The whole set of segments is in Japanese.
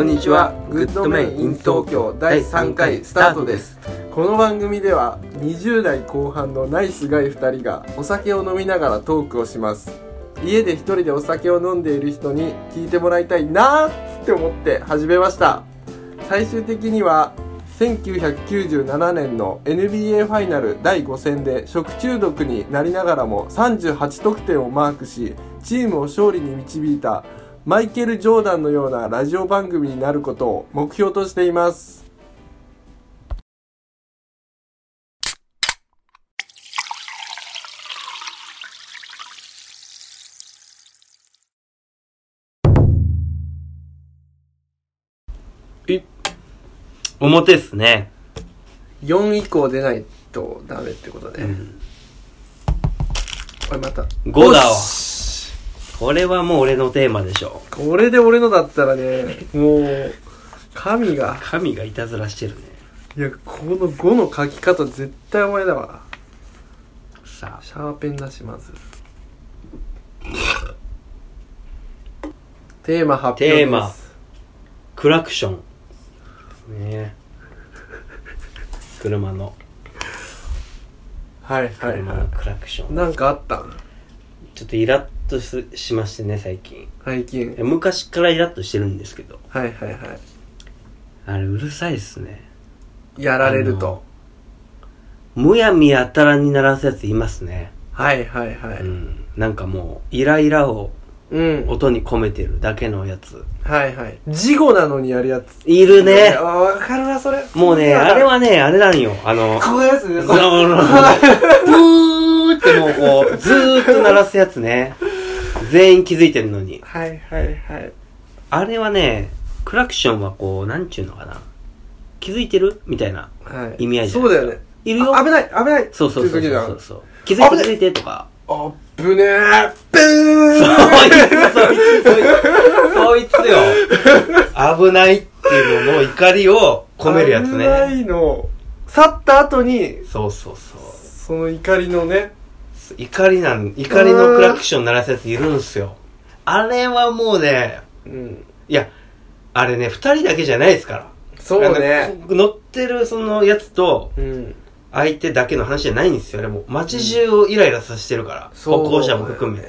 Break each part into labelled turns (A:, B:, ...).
A: こんにちは。グッドメン in 東京第3回スタートです。
B: この番組では20代後半のナイスガイ2人がお酒を飲みながらトークをします。家で一人でお酒を飲んでいる人に聞いてもらいたいなーって思って始めました。最終的には1997年の NBA ファイナル第5戦で食中毒になりながらも38得点をマークし、チームを勝利に導いたマイケル・ジョーダンのようなラジオ番組になることを目標としています。
A: 表っすね。
B: 4以降出ないとダメってことね。これまた
A: 5だわ。これはもう俺のテーマでしょ。
B: これで俺のだったらね、もう神が
A: いたずらしてるね。
B: いや、この5の書き方絶対お前だわ。
A: さあ、
B: シャーペンだし、まずテーマ発表です。
A: テーマクラクションね。車の
B: はいはい
A: 車の
B: は
A: クラクション。
B: い。なんかあったん？
A: ちょっとイラッとしましてね、最近。昔からイラッとしてるんですけど、
B: はいはいはい。
A: あれうるさいっすね。
B: やられると。
A: むやみやたらに鳴らすやついますね。
B: はいはいはい。
A: なんかもうイライラを音に込めてるだけのやつ。
B: はいはい。事後なのにやるやつ。
A: いるね。
B: わかるな、それ。
A: もうね、あれはね、あれなんよ。
B: こういうやつね。
A: ブーってもうこう、ずーっと鳴らすやつね。全員気づいてるのに。
B: はいはいはい。
A: あれはね、クラクションはこう、なんちゅうのかな。気づいてるみたいな意味合いじゃないですか。
B: そうだよね。
A: いるよ。
B: 危ない危ない。
A: そう。気づいてとか。
B: ぶねーブーン
A: そいつよ。危ないっていうのの怒りを込めるやつね。
B: 危ないの去った後に、
A: そう。
B: その怒りのね、
A: 怒りのクラクション鳴らすやついるんすよ。あれはもうね、いや、あれね、二人だけじゃないですから。
B: そうね。
A: 乗ってるそのやつと、相手だけの話じゃないんですよ。あれもう街中をイライラさせてるから。歩行者も含め。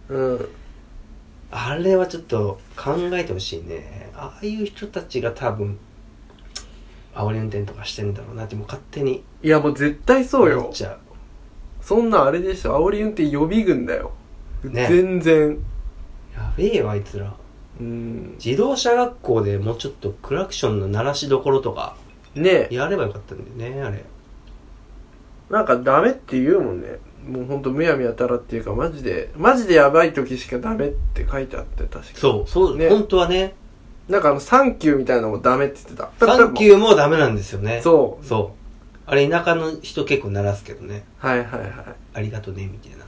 A: あれはちょっと考えてほしいね。ああいう人たちが多分、煽り運転とかしてるんだろうなって、もう勝手に。
B: いやもう絶対そうよ。
A: 思っちゃう。
B: そんなあれでしょ。煽り運転予備軍だよ。ね、全然。
A: やべえよ、あいつら。自動車学校でもうちょっとクラクションの鳴らしどころとか、ね、やればよかったんだよね、あれ。
B: なんかダメって言うもんね。もうほんとむやみやたらっていうか、マジでやばい時しかダメって書いてあって、確かに。
A: そう、ね、本当はね。
B: なんかサンキューみたいなのもダメって言ってた。
A: サンキューもダメなんですよね。
B: そう。
A: あれ田舎の人結構鳴らすけどね。
B: はい。
A: ありがとね、みたいな。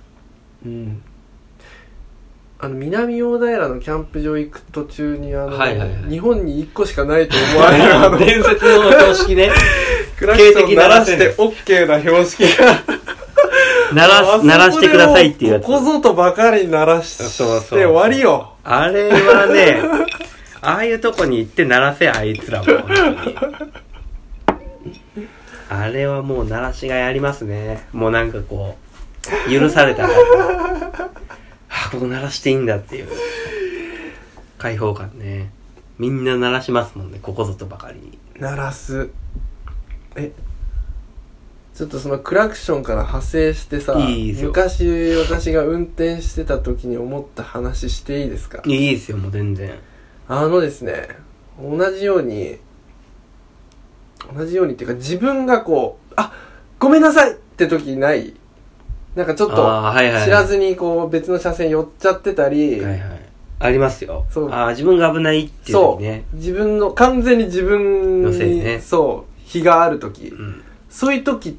B: 南大平のキャンプ場行く途中に日本に1個しかないと思われる
A: 伝説の標識ね。
B: クラクション鳴らして OK な標識が
A: 鳴らしてくださいっていうやつ。
B: ここぞとばかり鳴らして終わりよ。
A: あれはね、ああいうとこに行って鳴らせ、あいつらも。あれはもう鳴らしがいありますね。もうなんかこう、許されたら、ここ鳴らしていいんだっていう開放感ね。みんな鳴らしますもんね、ここぞとばかりに。
B: 鳴らす。ちょっとそのクラクションから派生してさ、昔私が運転してた時に思った話していいですか？
A: いいですよ、もう全然。
B: ですね、同じようにっていうか、自分がこう、ごめんなさいって時ない？なんかちょっと知らずにこう別の車線寄っちゃってたり、
A: ありますよ。自分が危ないっていう時ね。
B: そう、完全に自分
A: のせいね。
B: そう、非がある時、そういう時、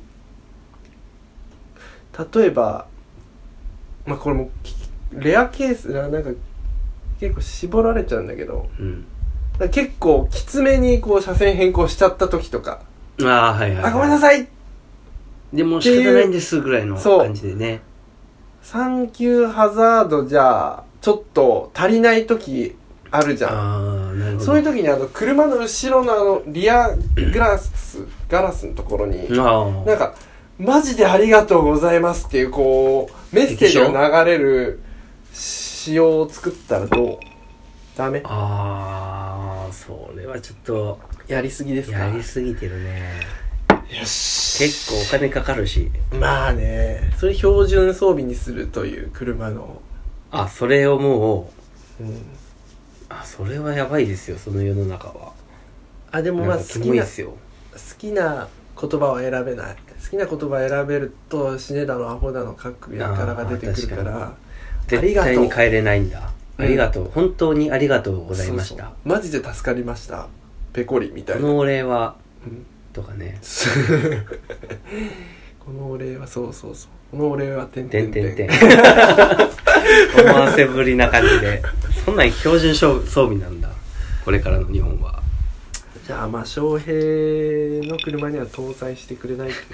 B: 例えば、これもレアケースなんか結構絞られちゃうんだけど、結構きつめにこう車線変更しちゃった時とか、ごめんなさい。
A: でも仕方ないんですぐらいの感じでね。
B: サンキューハザードじゃちょっと足りない時あるじゃん。
A: なるほど。
B: そういう時に車の後ろのリアガラスのところになんかマジでありがとうございますっていうこうメッセージが流れる仕様を作ったらどう？ダメ？
A: それはちょっと
B: やりすぎですか？
A: やりすぎてるね。
B: よし。
A: 結構お金かかるし。
B: まあね、それ標準装備にするという車の。
A: それをも
B: う、
A: それはやばいですよ、その世の中は。
B: でもまあ好きな言葉は選べない。好きな言葉選べると死ねだのアホだの書くやからが出てくるから、
A: 絶対に変えれないんだ。ありがとう、本当にありがとうございました。
B: そうマジで助かりました。ペコリみたいな。
A: このお礼は、とかね。
B: このお礼はそう。このお礼はてん
A: 思わせぶりな感じで。そんなん標準装備なんだ。これからの日本は。
B: じゃあまあ翔平の車には搭載してくれないという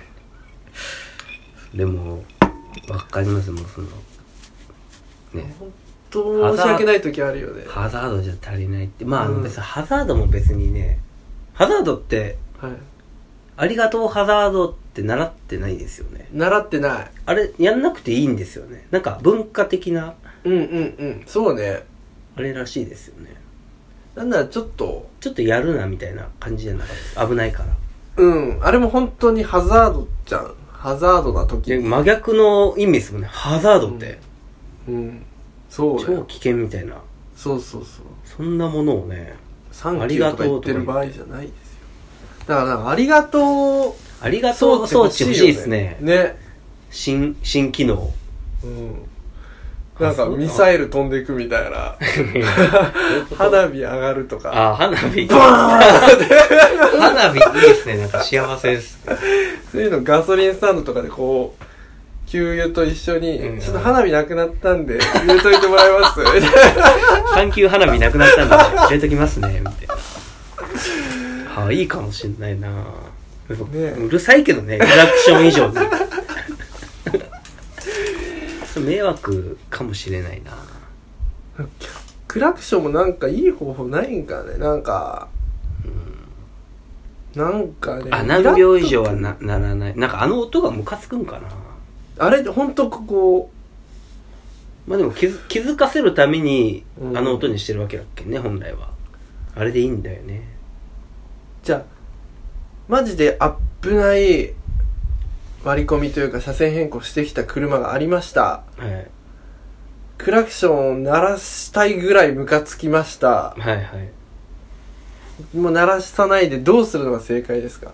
B: ことで。
A: でもわかりますもん、そのね。
B: 本当申し訳ない時あるよね。
A: ハザードじゃ足りないって。別にハザードも別にね、ハザードって、ありがとうハザードって習ってないですよね。
B: 習ってない。
A: あれやんなくていいんですよね。なんか文化的な
B: そうね、
A: あれらしいですよね。
B: なんならちょっと
A: やるなみたいな感じじゃなかったです。危ないから。
B: あれも本当にハザードじゃん。ハザードな時に
A: 真逆の意味ですもんね、ハザードって。
B: そうね、
A: 超危険みたいな。
B: そう
A: そんなものをね、
B: サンキューとか言ってる場合じゃないですよ。だからありがとう
A: 装置欲しいですね。
B: ね、
A: 新機能。
B: なんかミサイル飛んでいくみたいな。花火上がるとか。
A: 花火。花火いいですね。なんか幸せです。
B: そういうのガソリンスタンドとかでこう給油と一緒に、ちょっと花火なくなったんで入れといてもらえますみたいな。
A: サンキュー花火なくなったんで入れときますねみたいな。いいかもしんないな。うるさいけどね、クラクション以上に。迷惑かもしれないな。
B: クラクションもなんかいい方法ないんかね。なんかね、
A: 何秒以上はならない。なんか音がムカつくんかな。
B: あれほんとこ
A: うでも気づかせるために音にしてるわけだっけね、本来は。あれでいいんだよね。
B: じゃあマジで危ない割り込みというか車線変更してきた車がありました。クラクションを鳴らしたいぐらいムカつきました。もう鳴らさないでどうするのが正解ですか？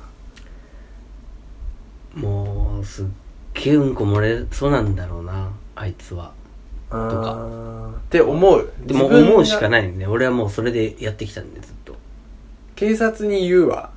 A: もうすっげえうんこ漏れそうなんだろうな、あいつは。とか
B: って思う。
A: でも思うしかないね。俺はもうそれでやってきたんでずっと。
B: 警察に言うわ。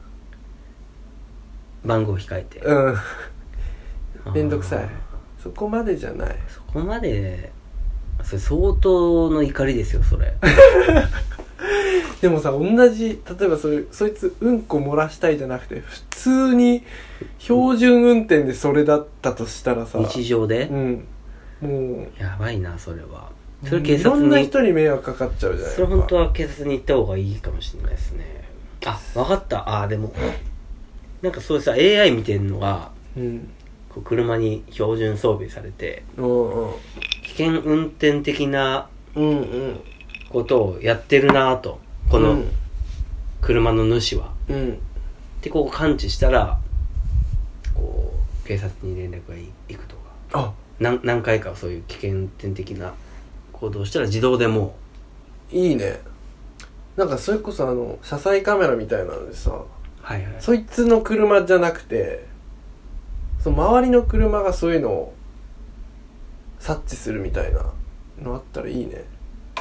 A: 番号控えて。
B: めんどくさい。そこまでじゃない。
A: そこまで、それ相当の怒りですよ、それ。
B: でもさ、同じ、例えばそいつうんこ漏らしたいじゃなくて、普通に標準運転でそれだったとしたらさ。
A: 日常で？
B: もう。
A: やばいな、それは。それ警察に。
B: いろんな人に迷惑かかっちゃうじゃない。
A: それ本当は警察に行った方がいいかもしれないですね。わかった。でも、なんかそういうさ、AI 見てんのが、こう車に標準装備されて、危険運転的なことをやってるなぁと、この車の主は。で、こう感知したら、こう、警察に連絡が行くとか。何回かそういう危険運転的な行動をしたら自動でも
B: う。いいね。なんかそれこそ車載カメラみたいなのでさ、そいつの車じゃなくて、その周りの車がそういうのを察知するみたいなのあったらいいね。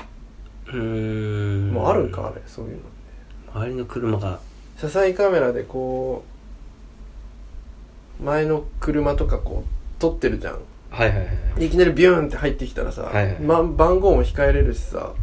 B: もうあるんか、あれ、そういうの。
A: 周りの車が
B: 車載カメラでこう前の車とかこう撮ってるじゃん。いきなりビューンって入ってきたらさ、番号も控えれるしさ、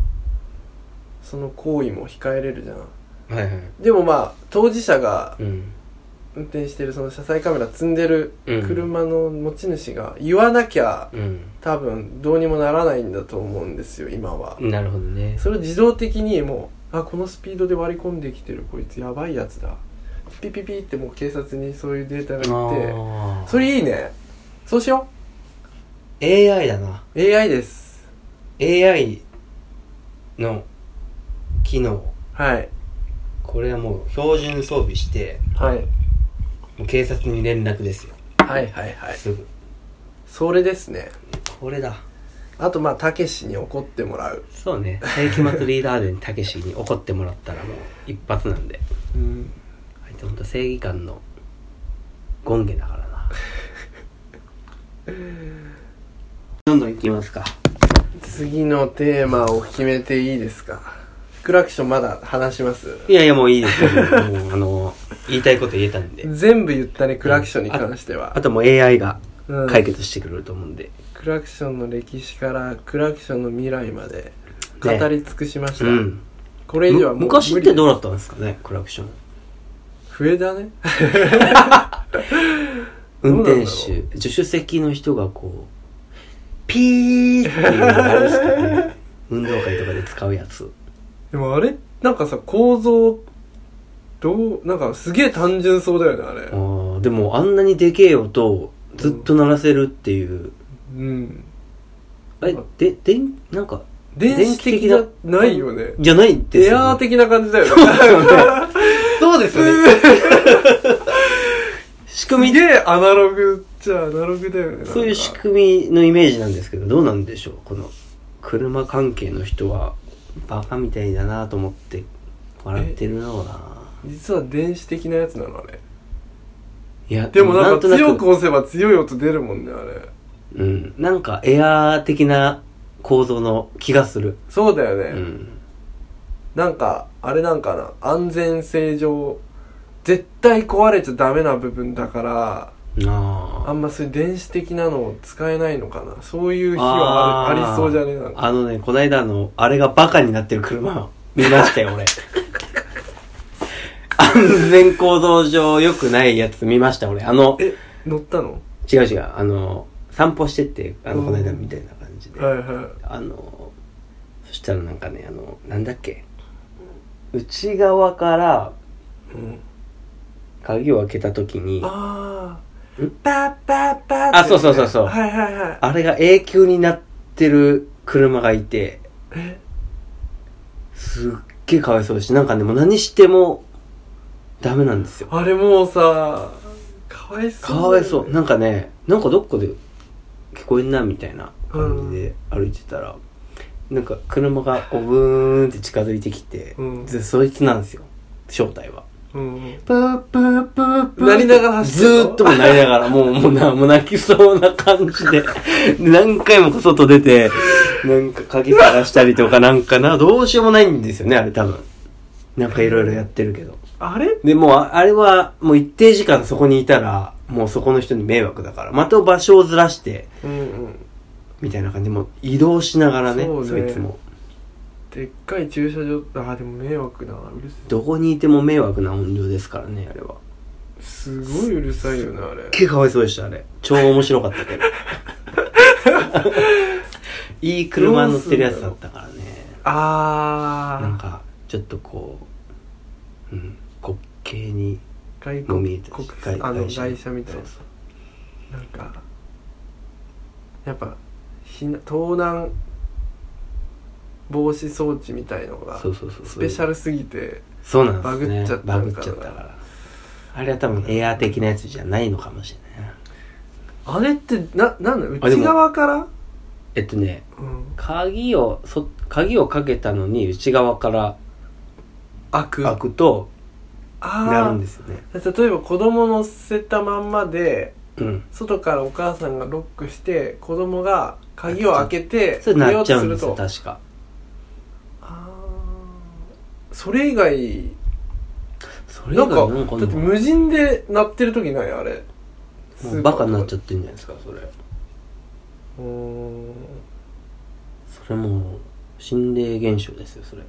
B: その行為も控えれるじゃん。でもまあ当事者が、 運転してるその車載カメラ積んでる
A: うん
B: 車の持ち主が言わなきゃ
A: うん
B: 多分どうにもならないんだと思うんですよ今は。
A: なるほどね。
B: それを自動的にもうこのスピードで割り込んできてるこいつやばいやつだピピピってもう警察にそういうデータがいって
A: あ
B: それいいね。そうしよ
A: ー AI だな。
B: う。 AI です。
A: AI の機能、
B: はい
A: これはもう標準装備して
B: はい
A: もう警察に連絡ですよ。
B: はいはいはい
A: すぐ
B: それですね。
A: これだ。
B: あとたけしに怒ってもらう。
A: そうね、世紀末リーダーでたけしに怒ってもらったらもう一発なんで、
B: うん
A: あいつほんと正義感の権限だからな。どんどん行きますか。
B: 次のテーマを決めていいですか。クラクションまだ話します？
A: いやいやもういいですよ。もう言いたいこと言えたんで。
B: 全部言ったねクラクションに関しては。
A: あともう AI が
B: うん
A: 解決してくれると思うんで、
B: クラクションの歴史からクラクションの未来まで語り尽くしました、
A: うん。
B: これ以上はもう
A: 昔ってどう
B: 無理
A: だったんですかね、クラクション。
B: です笛だね
A: 運転
B: どうなんだろ
A: 手、助手席の人がこう、ピーっていうのがあるんですかね。運動会とかで使うやつ。
B: でもあれなんかさ構造なんかすげえ単純そうだよねあれ。
A: でもあんなにでけえ音をずっと鳴らせるっていう。
B: うん
A: なんか、
B: 電子的じゃないよね。
A: じゃないですよ、ね。
B: エアー的な感じだよね。
A: そうですよね。仕組み
B: すげえアナログっちゃアナログだよね。
A: そういう仕組みのイメージなんですけど、どうなんでしょう。この車関係の人はバカみたいだなと思って笑ってるのな。
B: 実は電子的なやつなのあれ。
A: いや
B: でもなんか強
A: く
B: く押せば強い音出るもんねあれ。
A: うん、なんかエアー的な構造の気がする。
B: そうだよね、
A: うん、
B: なんかあれなんかな、安全性上絶対壊れちゃダメな部分だからあんまそういう電子的なのを使えないのかな。そういう日はありそうじゃねえなんか。
A: こないだあれがバカになってる車を見ましたよ俺。安全構造上良くないやつ見ました俺。
B: 乗ったの？
A: 違う違う、散歩してってこの間みたいな感じで、
B: はいはい。
A: そしたらなんかね、なんだっけ、内側から鍵を開けた時に、
B: パッパッパッって、
A: そうそうそうそう、
B: はいはいはい。
A: あれが永久になってる車がいて、すっげえかわいそうだし、なんかねもう何してもダメなんですよ。
B: あれもうさかわいそう、
A: かわいそう。なんかね、なんかどっかで聞こえんなみたいな感じで歩いてたら、なんか車がこうブーンって近づいてきて、そいつなんですよ正体は。プープープープー
B: なりながら走ってるの？
A: ずーっともなりながらもう泣きそうな感じで何回も外出てなんか鍵探したりとかどうしようもないんですよねあれ多分。なんかいろいろやってるけど。
B: あれ
A: でもうあれはもう一定時間そこにいたらもうそこの人に迷惑だからまた場所をずらしてみたいな感じでもう移動しながらね、そいつも
B: でっかい駐車場。でも迷惑だな。うるさい。
A: どこにいても迷惑な音量ですからねあれは。
B: すごいうるさいよねあれ。
A: すっげえかわいそうでしたあれ。超面白かったけど。いい車乗ってるやつだったからね。なんかちょっとこう滑稽にも見えたし、
B: 外車みたいな。なんかやっぱ盗難防止装置みたいのがスペシャルすぎて
A: そうなんですね、
B: バグっちゃった
A: からあれは多分エアー的なやつじゃないのかもしれない。
B: あれってなんだ内側から
A: 鍵をかけたのに内側から開くとなるんですよね。
B: 例えば子供乗せたまんまで、外からお母さんがロックして子供が鍵を開けて
A: それなっちゃうんですよ確か。
B: それ以外なんかだって無人で鳴ってる時ないあれ。
A: もうバカになっちゃってるんじゃないですかそれ。それもう心霊現象ですよそれ。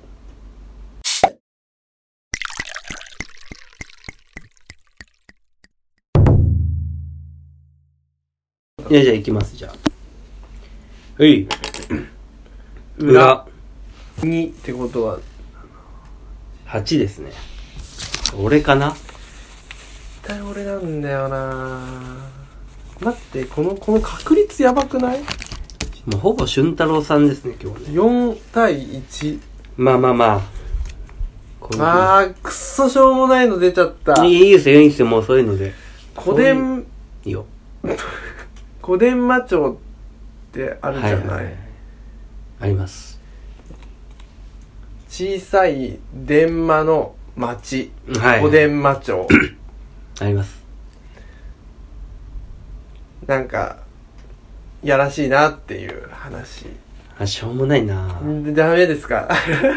A: いや、じゃあ行きます、じゃあ。はい。裏。
B: 2ってことは、
A: 8ですね。俺かな？
B: 絶対俺なんだよな。待って、この確率やばくない？
A: もうほぼ俊太郎さんですね、今日ね。
B: 4対1。
A: まあまあまあ。
B: くっそしょうもないの出ちゃった。
A: いいですよ、いいですよ、もうそういうので。
B: 小伝、
A: いいよ。
B: 小伝馬町ってあるじゃない、はいはいはい、
A: あります。
B: 小さい伝馬の町、
A: はい、
B: 小伝馬町
A: あります。
B: なんかやらしいなっていう話。
A: しょうもないな。
B: ダメですか？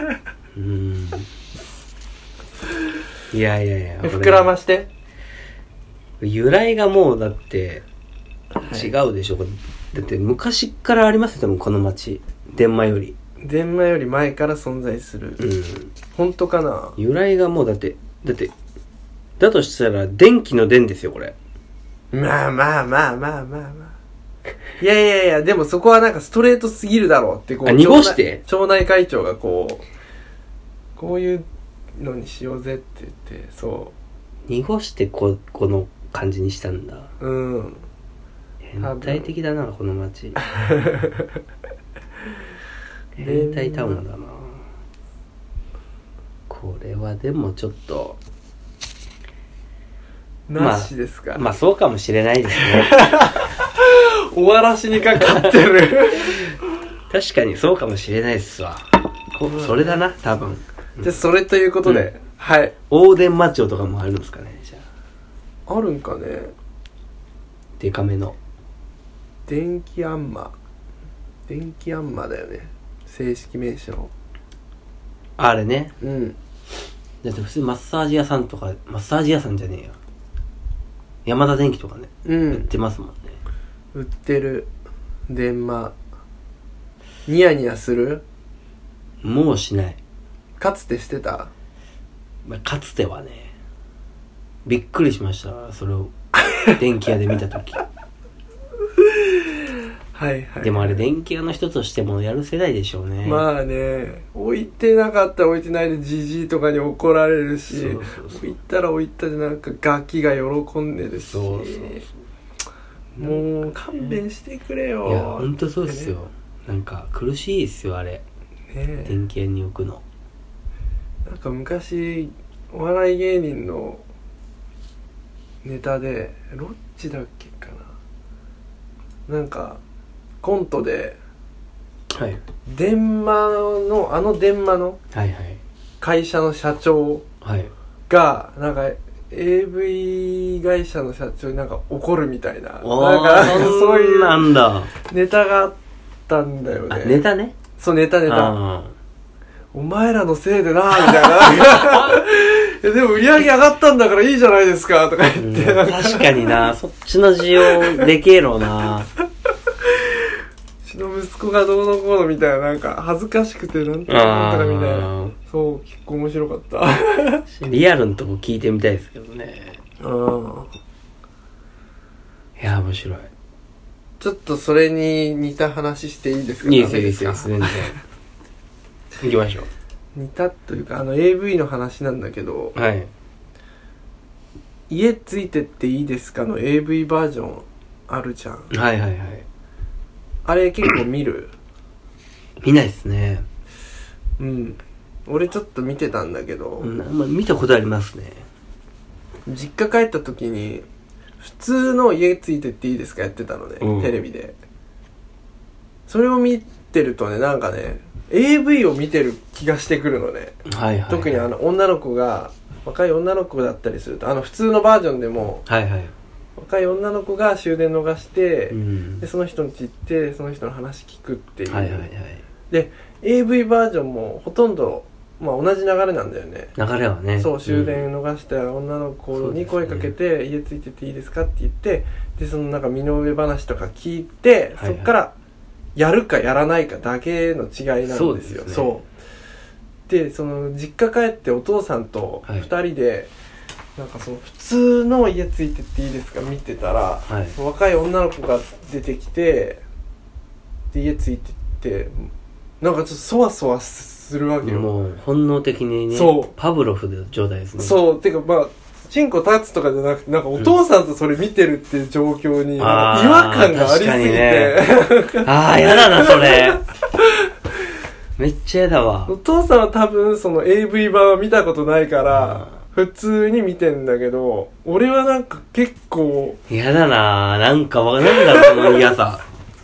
A: いやいやいや、
B: 膨らまして。
A: 由来がもうだって違うでしょ、はい、だって昔からありますよ、多分この町。伝馬より
B: 前から存在する。本当かな。
A: 由来がもうだってだとしたら電気の電ですよ、これ。
B: まあいやでもそこはなんかストレートすぎるだろうってこう
A: 濁して
B: 町内会長がこういうのにしようぜって言って、そう
A: 濁してこの感じにしたんだ。変態的だな、この町。変態タウンだな。これはでもちょっと
B: なしですか。
A: まあそうかもしれないですね。
B: 終わらしにかかってる。
A: 確かにそうかもしれないっすわ。それだな、多分。
B: じゃあそれということで、はい。
A: 大伝馬町とかもあるんですかね、じゃ
B: あ。あるんかね。
A: デカめの。
B: 電気アンマだよね、正式名称。
A: あれね。だって普通マッサージ屋さんじゃねえよ。山田電機とかね、売ってますもんね。
B: 売ってる。電話ニヤニヤする？
A: もうしない。
B: かつてしてた？
A: かつてはね、びっくりしました。それを電気屋で見た時。はいはい。でもあれ電気屋の人としてもやる世代でしょうね。
B: まあね、置いてなかったら置いてないでジジイとかに怒られるし、置いたら置いたでなんかガキが喜んでるし。そうもう勘弁してくれよ。
A: いやほんとそうですよ、ね、なんか苦しいですよあれ、ね、電気屋に置くの。
B: なんか昔お笑い芸人のネタでロッチだっけかな、なんかコントで、
A: はい、
B: 電話の会社の社長がなんか AV 会社の社長になんか怒るみたいな、なんかそういうネタがあったんだよね。
A: ネタね。
B: そう、ネタ。お前らのせいでなみたいな。でも売り上げ上がったんだからいいじゃないですかとか言って、
A: 確かにな、そっちの需要でけえろな。
B: うちの息子がどうのこうのみたいな、なんか恥ずかしくてなんとかみたいな。そう、結構面白かった。
A: リアルのとこ聞いてみたいですけどね。いや面白い。
B: ちょっとそれに似た話していいですか？
A: いいですよ全然。行きましょう。
B: 似たというかAV の話なんだけど、
A: はい。
B: 家ついてっていいですかの AV バージョンあるじゃん。
A: はいはいはい。
B: あれ結構見る？
A: 見ないですね。
B: 俺ちょっと見てたんだけど、
A: 見たことありますね。
B: 実家帰った時に普通の家ついてっていいですかやってたのね、テレビで。それを見てるとね、なんかね AV を見てる気がしてくるのね、はいはいはい、特に女の子が若い女の子だったりすると普通のバージョンでも、はいはい、若い女の子が終電逃して、でその人の家行ってその人の話聞くっていう、はいはいはい、で AV バージョンもほとんど同じ流れなんだよね。流れはね。そう、終電逃した女の子に声かけて、家ついてていいですかって言って、でそのなんか身の上話とか聞いて、そっからやるかやらないかだけの違いなんですよ。そう。でその実家帰ってお父さんと2人で、 なんかその普通の家ついてっていいですか見てたら、
A: はい、
B: 若い女の子が出てきてで家ついてってなんかちょっとそわそわするわけよ。
A: もう本能的にね、
B: そう
A: パブロフの状態ですね。
B: そうてかまあチンコ立つとかじゃなくてなんかお父さんとそれ見てるっていう状況に、なんか違和感がありすぎて、
A: ね、ああやだなそれめっちゃやだわ。
B: お父さんは多分その AV 版は見たことないから普通に見てんだけど、俺はなんか結構
A: やだな、なんかなんだろうその嫌さ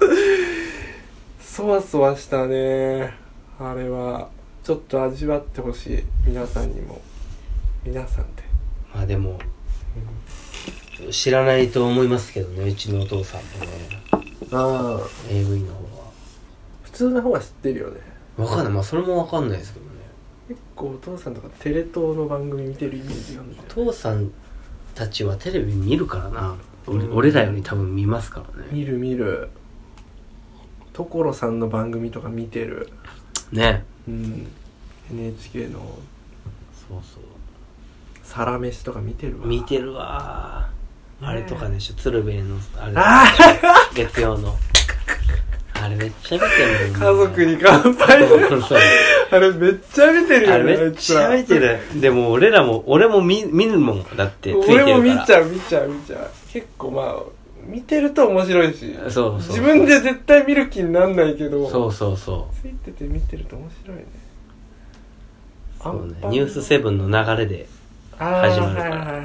B: そわそわしたね。あれはちょっと味わってほしい、皆さんにも。皆さんで
A: まあでも、知らないと思いますけどね、うちのお父さんもね。
B: ああ
A: AV の方は
B: 普通の方は知ってるよね。
A: わかんない、まあそれもわかんないですけどね。
B: 結構お父さんとかテレ東の番組見てるイメージがあるんだよ。
A: お父さんたちはテレビ見るからな、俺らより多分見ますからね。
B: 見る見る。所さんの番組とか見てる
A: ね。
B: うん NHK の
A: そうそう
B: サラメシとか見てるわ。
A: 見てるわ、あれとかでしょ、鶴瓶のあれ月曜のあれめっちゃ見てるもん、
B: 家族に乾杯あれめっちゃ見てるよね。
A: あれめっちゃ見てる。でも俺も見るもんだって、ついてるから。
B: 俺も見ちゃう結構まあ見てると面白いし、
A: そう
B: 自分で絶対見る気になんないけど、
A: そう
B: ついてて見てると面白いね。
A: そうね、ニュース7の流れで始まるから。
B: はいはいはい、あれな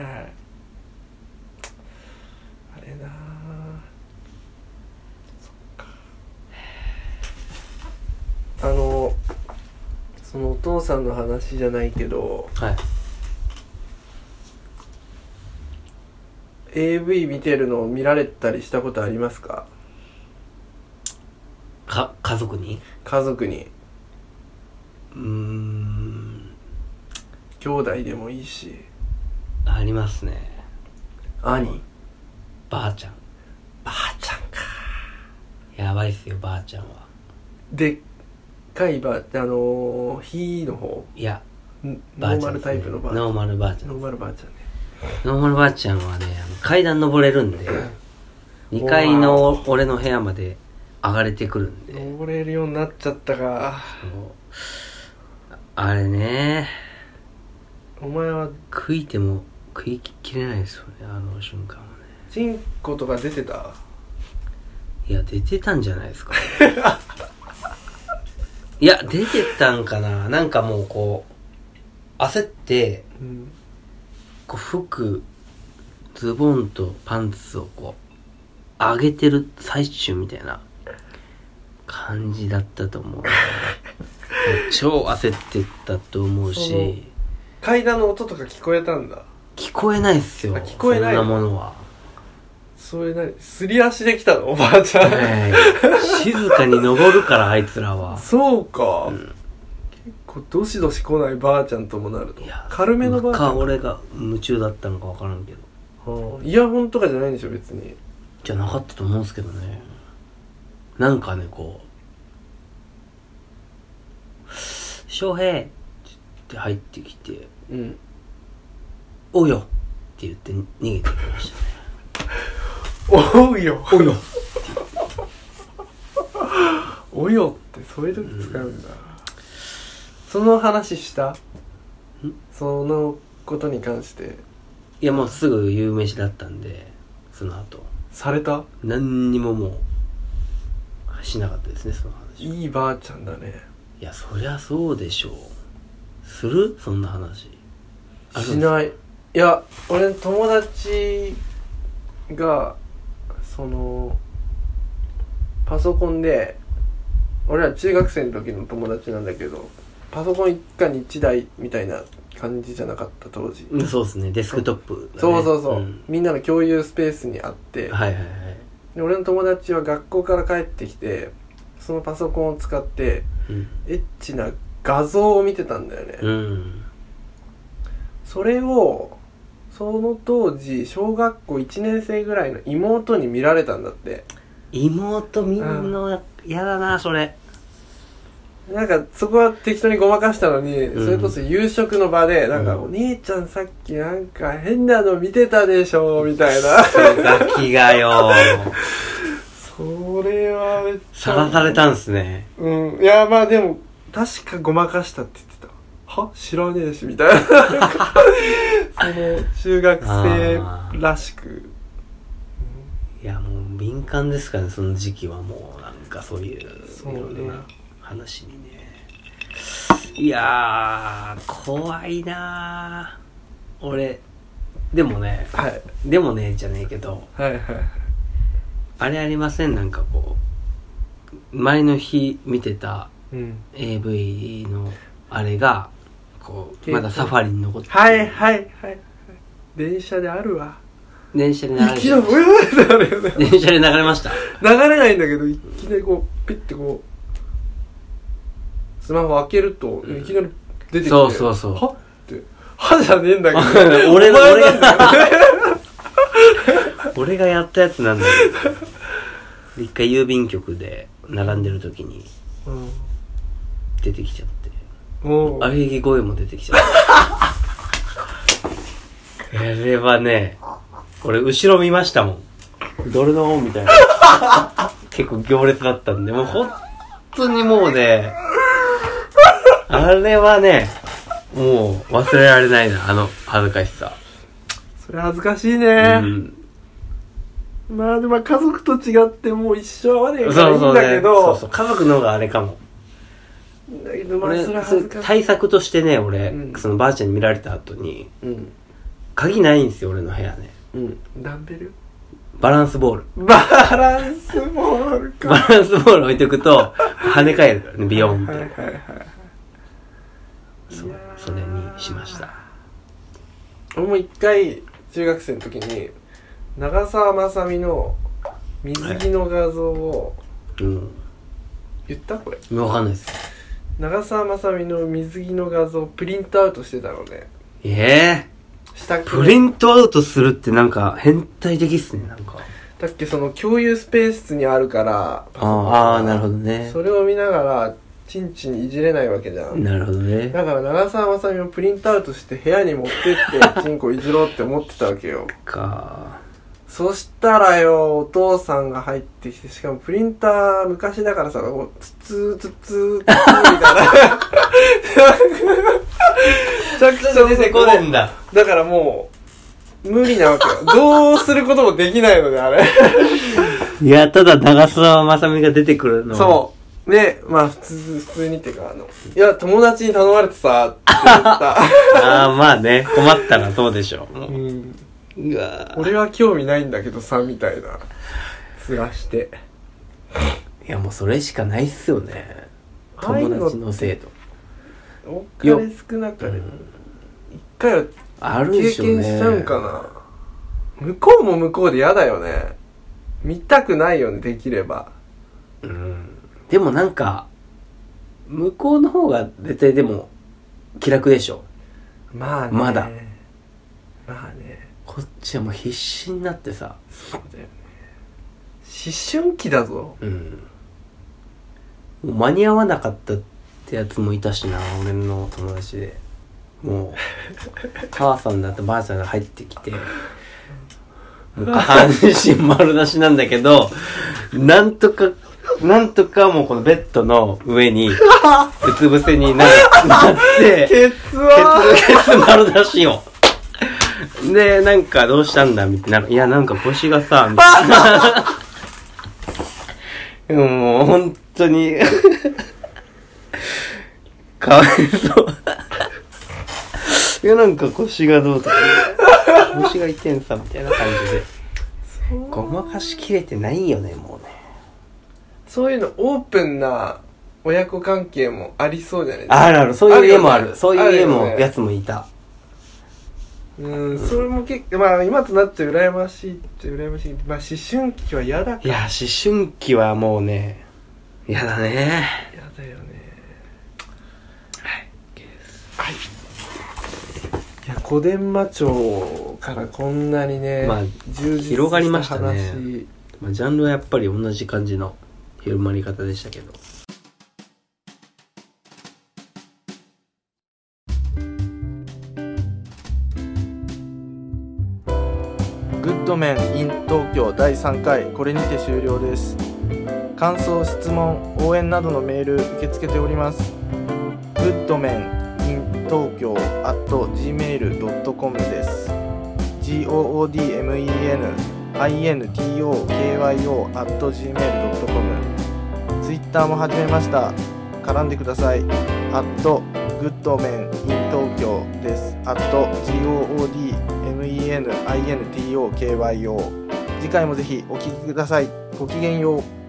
B: そっか。そのお父さんの話じゃないけど、
A: はい、
B: AV 見てるのを見られたりしたことありますか？
A: 家族に
B: 兄弟でもいいし。
A: ありますね。
B: 兄
A: ばあちゃんか。やばいっすよ、ばあちゃんは。
B: でっかいばあちゃん、ひの方、
A: いや
B: ノーマルタイプのばあちゃん。
A: ノーマルばあちゃん。
B: ノーマルばあちゃんね。
A: ノーマルばあちゃんはね、階段登れるんで2階の俺の部屋まで上がれてくるんで。
B: 登れるようになっちゃったか。
A: あれね、
B: お前は
A: 食いても食いきれないですよね、あの瞬間はね。
B: チンコとか出てた？
A: いや出てたんじゃないですかいや出てたんかな。なんかもうこう焦って、こう服ズボンとパンツをこう上げてる最中みたいな感じだったと思う超焦ってたと思うし、
B: 階段の音とか聞こえたんだ？
A: 聞こえないっすよ。
B: 聞こえない。
A: そんなものは。
B: それ何？すり足できたのおばあちゃん、
A: 静かに登るからあいつらは。
B: そうか、結構どしどし来ないばあちゃんともなると。軽めのばあちゃん。
A: 俺が夢中だったのか分からんけど、
B: イヤホンとかじゃないんでしょ別に。
A: じゃなかったと思うんですけどね。なんかね、こう翔平って入ってきて、おうよって言って逃げてきましたね。
B: おうよおよってそういう時使うんだ、その話した？そのことに関して。
A: いやもうすぐ夕飯だったんで、その後
B: された？
A: 何にももうしなかったですね、その話。
B: いいばあちゃんだね。
A: いやそりゃそうでしょう。する？そんな話
B: しない。いや俺の友達がそのパソコンで、俺ら中学生の時の友達なんだけど、パソコン一家に一台みたいな感じじゃなかった当時。
A: そうですね、デスクトップ、ね、
B: そう、みんなの共有スペースにあって、で俺の友達は学校から帰ってきてそのパソコンを使って、エッチな画像を見てたんだよね、それをその当時小学校1年生ぐらいの妹に見られたんだって。
A: 妹見んのやだなそれ。
B: なんかそこは適当にごまかしたのに、それこそ夕食の場でなんか、お兄ちゃんさっきなんか変なの見てたでしょみたいな。
A: ガキがよ
B: それはめっちゃ
A: さらされたんすね。
B: うん。いやまあでも確かごまかしたって言ってた。は知らねえしみたいな。その中学生らしく。
A: いやもう敏感ですからね、その時期はもうなんかそういういろんな話にね。いやー怖いなー。俺でもね、
B: はい。
A: でもねじゃねえけど、
B: はいはい。
A: あれありません？なんかこう前の日見てた
B: うん。
A: AV のあれがこう
B: 結構
A: まだサファリに残ってて、
B: はいはいはい。電車であるわ。
A: 電車で流れて
B: いきなり、うわーってなるよね。
A: 電車で流れました。
B: 流れないんだけど、いきなりこう、ピッてこう、スマホ開けると、いきなり出てきて。
A: そうそうそう。
B: はって。はじゃねえんだけど。
A: 俺
B: お前なんだよ
A: 俺がやったやつなんだけど、一回郵便局で並んでる時に出てきちゃって、
B: もう
A: 喘ぎ声も出てきちゃってあれはね、俺後ろ見ましたもん。どれのみたいな。結構行列だったんで、もう本当にもうね、あれはね、もう忘れられないな、あの恥ずかしさ。
B: それ恥ずかしいね。
A: うん。
B: まあでも家族と違ってもう一生会わねえからいいんだけど。
A: そうそう、家族の方があれかも。
B: だけどまあ
A: 俺
B: それ恥ずかしい。
A: 対策としてね、俺、
B: うん
A: そのばあちゃんに見られた後に、
B: うん
A: 鍵ないんですよ、俺の部屋ね。
B: うん。ダンベル？
A: バランスボール。
B: バランスボールか。
A: バランスボール置いとくと跳ね返るからね、ビヨーンって。
B: はいはいはいはい。
A: それにしました。
B: 俺も一回中学生の時に長澤まさみの水着の画像を
A: うん。
B: 言ったこれ。
A: わかんないです。
B: 長澤まさみの水着の画像をプリントアウトしてたので。
A: プリントアウトするってなんか変態的っすね、なんか。
B: だっけその共有スペースにあるから
A: ああ、なるほどね。
B: それを見ながらチンチンいじれないわけじゃん。
A: なるほどね。
B: だから長澤まさみをプリントアウトして部屋に持ってってチンコいじろうって思ってたわけよ。そしたらよ、お父さんが入ってきて、しかもプリンター昔だからさ、こうツツーツツーツツーみたいな。めちゃくちゃ出てこねえんだ。だからもう無理なわけよ。どうすることもできないので、あれ。
A: いや、ただ長澤まさみが出てくるの。
B: そうで、まあ普通にっていうかいや友達に頼まれてさって言った。
A: ああ、まあね、困ったらそうでしょう。
B: うわ、俺は興味ないんだけどさみたいな面して。
A: いやもうそれしかないっすよね。友達の制度。
B: お金少なかれ一回は
A: あるで
B: 経
A: しょうね。
B: 験しちゃうんかな。向こうも向こうで嫌だよね。見たくないよね、できれば。
A: うん。でもなんか向こうの方が絶対でも気楽でしょ。
B: まあね。
A: まだ。
B: まあね。
A: こっちはもう必死になってさ。
B: そうだよね。思春期だぞ。
A: うん。もう間に合わなかったってやつもいたしな、俺の友達で。もう母さんだってばあちゃんが入ってきて、もう下半身丸出しなんだけど、なんとかもうこのベッドの上にうつ伏せになって
B: ケツ
A: 丸出しよ。で、なんかどうしたんだみたいな。いや、なんか腰がさ、みたいな。もう本当にかわいそう。いや、なんか腰がどうとか、腰が痛いんさみたいな感じでごまかしきれてないよね、もうね。
B: そういうのオープンな親子関係もありそうじゃないですか。
A: ある、そういう家もある、
B: ね、
A: そういう家も、
B: ね、
A: やつもいた。
B: それも結構まあ今となって羨ましいって羨ましい。まあ思春期は嫌だから。
A: いや、思春期はもうね、嫌だね。
B: 嫌だよね。
A: はい。
B: いや、小伝馬町からこんなにね、
A: まあ
B: 充実した
A: 広がりましたね。
B: 話。
A: まあジャンルはやっぱり同じ感じの広まり方でしたけど。
B: グッドメン in 東京第3回これにて終了です。感想、質問、応援などのメール受け付けております。goodmeninTokyo@gmail.com です。goodmenintokyo@gmail.com。 Twitter も始めました。絡んでください。@goodmeninTokyo です。@goodmenintokyo。次回もぜひお聞きください。ごきげんよう。